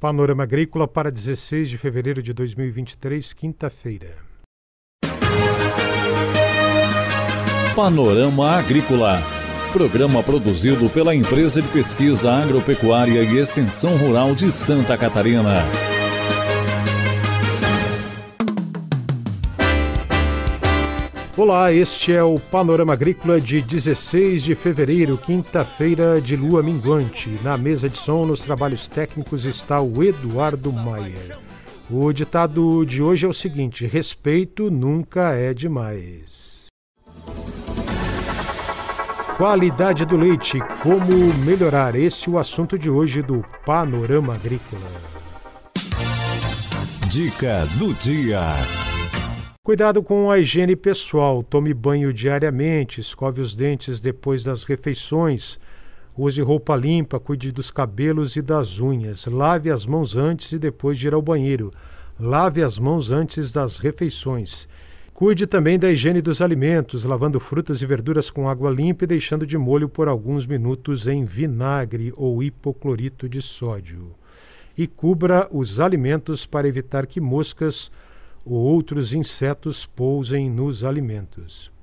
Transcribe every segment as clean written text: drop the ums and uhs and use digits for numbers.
Panorama Agrícola para 16 de fevereiro de 2023, quinta-feira. Panorama Agrícola, programa produzido pela Empresa de Pesquisa Agropecuária e Extensão Rural de Santa Catarina. Olá, este é o Panorama Agrícola de 16 de fevereiro, quinta-feira de lua minguante. Na mesa de som, nos trabalhos técnicos, está o Eduardo Maier. O ditado de hoje é o seguinte: respeito nunca é demais. Qualidade do leite, como melhorar? Esse é o assunto de hoje do Panorama Agrícola. Dica do dia. Cuidado com a higiene pessoal, tome banho diariamente, escove os dentes depois das refeições, use roupa limpa, cuide dos cabelos e das unhas, lave as mãos antes e depois de ir ao banheiro, lave as mãos antes das refeições. Cuide também da higiene dos alimentos, lavando frutas e verduras com água limpa e deixando de molho por alguns minutos em vinagre ou hipoclorito de sódio. E cubra os alimentos para evitar que moscas ou outros insetos pousem nos alimentos.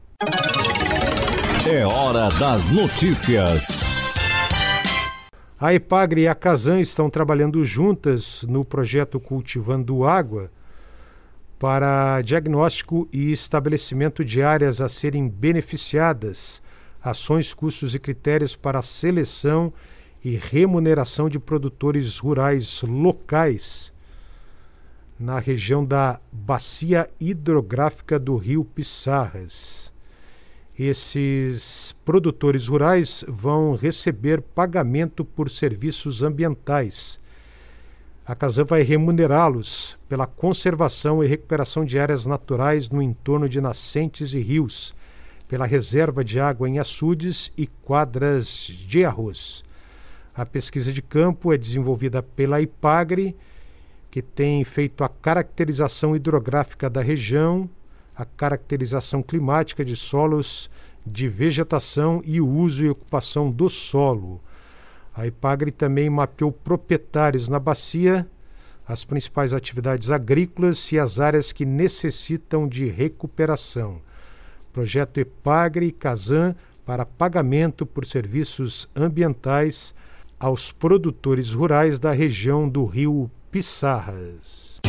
É hora das notícias. A Epagre e a Casan estão trabalhando juntas no projeto Cultivando Água para diagnóstico e estabelecimento de áreas a serem beneficiadas, ações, custos e critérios para a seleção e remuneração de produtores rurais locais na região da bacia hidrográfica do Rio Pissarras. Esses produtores rurais vão receber pagamento por serviços ambientais. A Casan vai remunerá-los pela conservação e recuperação de áreas naturais no entorno de nascentes e rios, pela reserva de água em açudes e quadras de arroz. A pesquisa de campo é desenvolvida pela Epagre, que tem feito a caracterização hidrográfica da região, a caracterização climática de solos, de vegetação e o uso e ocupação do solo. A Epagre também mapeou proprietários na bacia, as principais atividades agrícolas e as áreas que necessitam de recuperação. Projeto Epagre e Casan para pagamento por serviços ambientais aos produtores rurais da região do Rio Pissarras.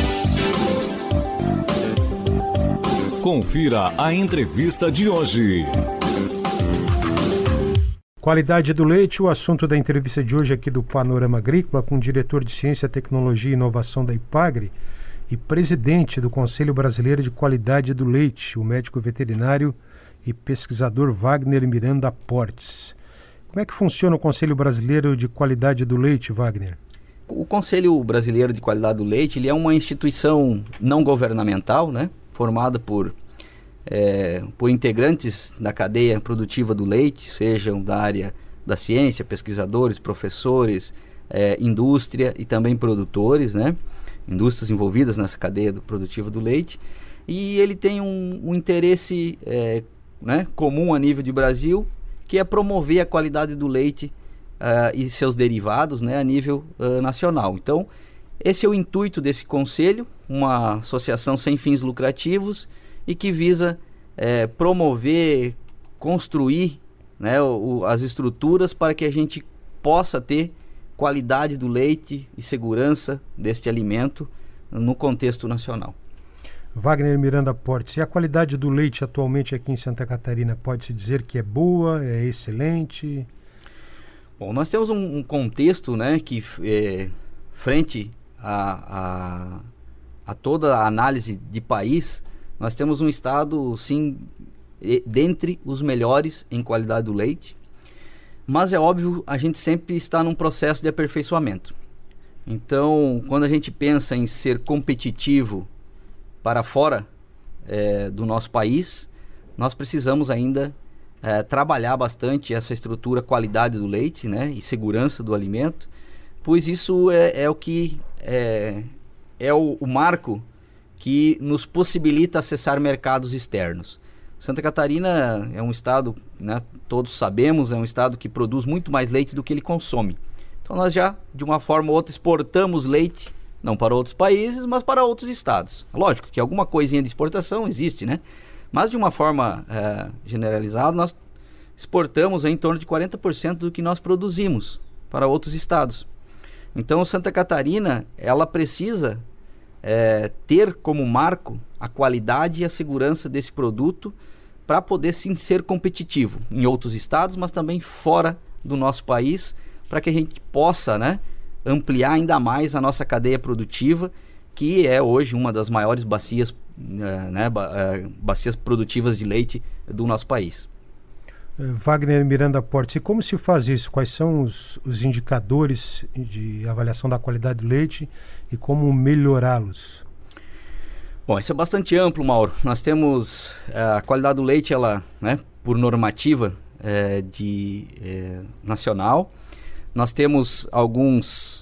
Confira a entrevista de hoje. Qualidade do leite, o assunto da entrevista de hoje aqui do Panorama Agrícola, com o diretor de Ciência, Tecnologia e Inovação da Epagre e presidente do Conselho Brasileiro de Qualidade do Leite, o médico veterinário e pesquisador Wagner Miranda Portes. Como é que funciona o Conselho Brasileiro de Qualidade do Leite, Wagner? O Conselho Brasileiro de Qualidade do Leite ele é uma instituição não governamental, né, formada por integrantes da cadeia produtiva do leite, sejam da área da ciência, pesquisadores, professores, indústria e também produtores, né, indústrias envolvidas nessa cadeia produtiva do leite. E ele tem um interesse comum a nível de Brasil, que é promover a qualidade do leite e seus derivados, né, a nível nacional. Então, esse é o intuito desse conselho, uma associação sem fins lucrativos e que visa promover, construir, né, as estruturas para que a gente possa ter qualidade do leite e segurança deste alimento no contexto nacional. Wagner Miranda Portes, e a qualidade do leite atualmente aqui em Santa Catarina, pode-se dizer que é boa, é excelente? Bom, nós temos um contexto, né, que frente a toda a análise de país, nós temos um estado, sim, dentre os melhores em qualidade do leite, mas é óbvio, a gente sempre está num processo de aperfeiçoamento. Então, quando a gente pensa em ser competitivo para fora do nosso país, nós precisamos ainda trabalhar bastante essa estrutura, qualidade do leite, né, e segurança do alimento, pois isso é o que é o marco que nos possibilita acessar mercados externos. Santa Catarina é um estado, né, todos sabemos, é um estado que produz muito mais leite do que ele consome. Então nós já, de uma forma ou outra, exportamos leite, não para outros países, mas para outros estados. Lógico que alguma coisinha de exportação existe, né? Mas de uma forma generalizada, nós exportamos em torno de 40% do que nós produzimos para outros estados. Então Santa Catarina, ela precisa ter como marco a qualidade e a segurança desse produto para poder sim ser competitivo em outros estados, mas também fora do nosso país, para que a gente possa, né, ampliar ainda mais a nossa cadeia produtiva, que é hoje uma das maiores bacias, bacias produtivas de leite do nosso país. Wagner Miranda Portes, e como se faz isso? Quais são os indicadores de avaliação da qualidade do leite e como melhorá-los? Bom, isso é bastante amplo, Mauro. Nós temos a qualidade do leite, ela, né, por normativa nacional. Nós temos alguns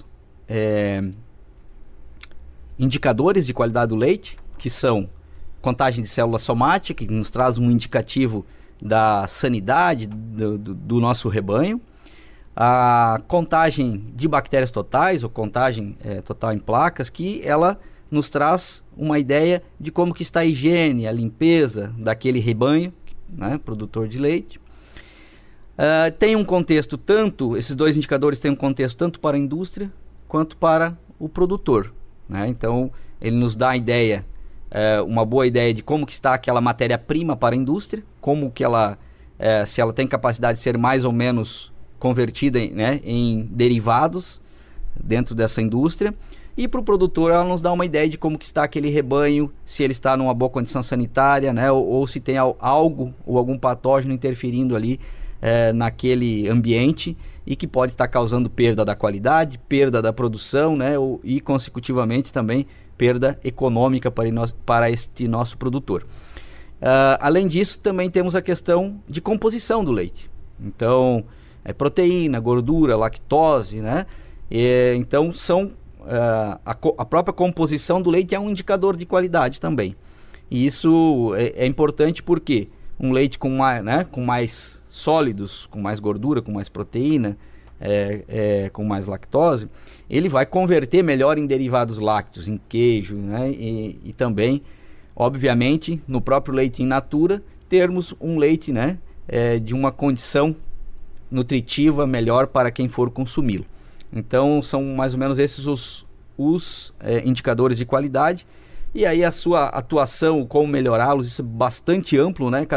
indicadores de qualidade do leite, que são contagem de célula somática, que nos traz um indicativo da sanidade do nosso rebanho, a contagem de bactérias totais, ou contagem total em placas, que ela nos traz uma ideia de como que está a higiene, a limpeza daquele rebanho, né, produtor de leite. Tem um contexto esses dois indicadores têm um contexto tanto para a indústria quanto para o produtor, né? Então ele nos dá a ideia, uma boa ideia de como que está aquela matéria-prima para a indústria, como que ela, se ela tem capacidade de ser mais ou menos convertida em derivados dentro dessa indústria. E para o produtor ela nos dá uma ideia de como que está aquele rebanho, se ele está numa boa condição sanitária, né, ou se tem algo ou algum patógeno interferindo ali naquele ambiente e que pode estar causando perda da qualidade, perda da produção, né, e consecutivamente também perda econômica para este nosso produtor. Além disso, também temos a questão de composição do leite. Então, proteína, gordura, lactose, né? Então, a própria composição do leite é um indicador de qualidade também. E isso é importante porque um leite com mais sólidos, com mais gordura, com mais proteína, com mais lactose, ele vai converter melhor em derivados lácteos, em queijo, né? E também, obviamente, no próprio leite in natura, termos um leite, né, de uma condição nutritiva melhor para quem for consumi-lo. Então, são mais ou menos esses os indicadores de qualidade. E aí a sua atuação, como melhorá-los, isso é bastante amplo, né?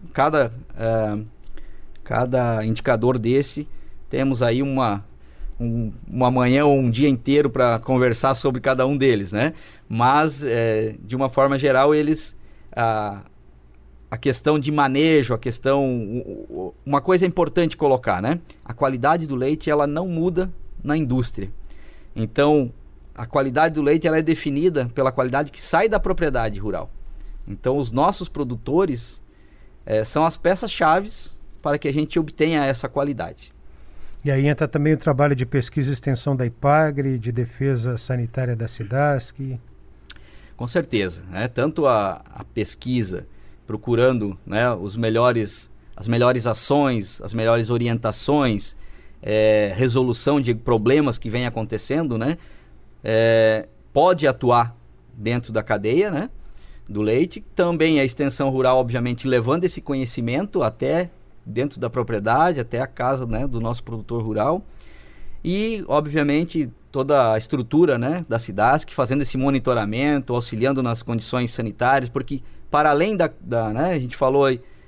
Cada indicador desse, temos aí uma manhã ou um dia inteiro para conversar sobre cada um deles, né? Mas, de uma forma geral, eles... A questão de manejo, uma coisa é importante colocar, né? A qualidade do leite, ela não muda na indústria. Então, a qualidade do leite, ela é definida pela qualidade que sai da propriedade rural. Então, os nossos produtores são as peças-chave para que a gente obtenha essa qualidade. E aí entra também o trabalho de pesquisa e extensão da IPAGRE, de defesa sanitária da SIDASC. Com certeza, né? Tanto a pesquisa, procurando, né, as melhores ações, as melhores orientações, resolução de problemas que vem acontecendo, né? Pode atuar dentro da cadeia, né, do leite. Também a extensão rural, obviamente, levando esse conhecimento até dentro da propriedade, até a casa, né, do nosso produtor rural. E, obviamente, toda a estrutura, né, da SIDASC, fazendo esse monitoramento, auxiliando nas condições sanitárias, porque para além né, a gente falou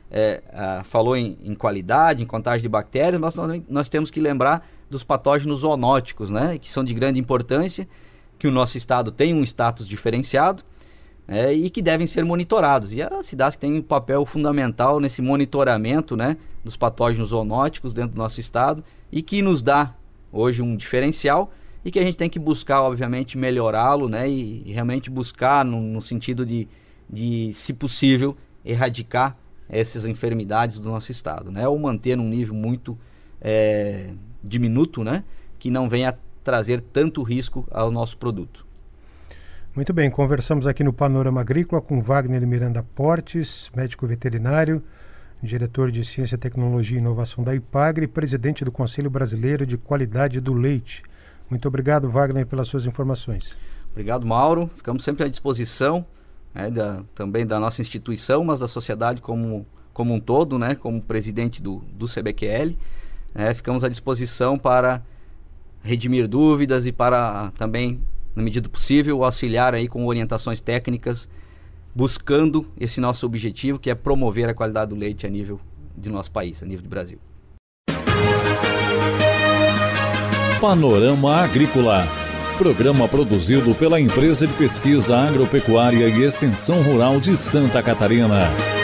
em qualidade, em contagem de bactérias, mas nós temos que lembrar dos patógenos zoonóticos, né, que são de grande importância, que o nosso estado tem um status diferenciado, e que devem ser monitorados. E a SIDASC tem um papel fundamental nesse monitoramento, né, dos patógenos zoonóticos dentro do nosso estado, e que nos dá hoje um diferencial, e que a gente tem que buscar, obviamente, melhorá-lo, né, e realmente buscar no sentido de, se possível, erradicar essas enfermidades do nosso estado, né, ou manter num nível muito diminuto, né, que não venha trazer tanto risco ao nosso produto. Muito bem, conversamos aqui no Panorama Agrícola com Wagner Miranda Portes, médico veterinário, diretor de Ciência, Tecnologia e Inovação da IPAGRE e presidente do Conselho Brasileiro de Qualidade do Leite. Muito obrigado, Wagner, pelas suas informações. Obrigado, Mauro. Ficamos sempre à disposição, né, também da nossa instituição, mas da sociedade como um todo, né, como presidente do CBQL. Ficamos à disposição para redimir dúvidas e para também, na medida do possível, auxiliar aí com orientações técnicas, buscando esse nosso objetivo, que é promover a qualidade do leite a nível do nosso país, a nível do Brasil. Panorama Agrícola. Programa produzido pela Empresa de Pesquisa Agropecuária e Extensão Rural de Santa Catarina.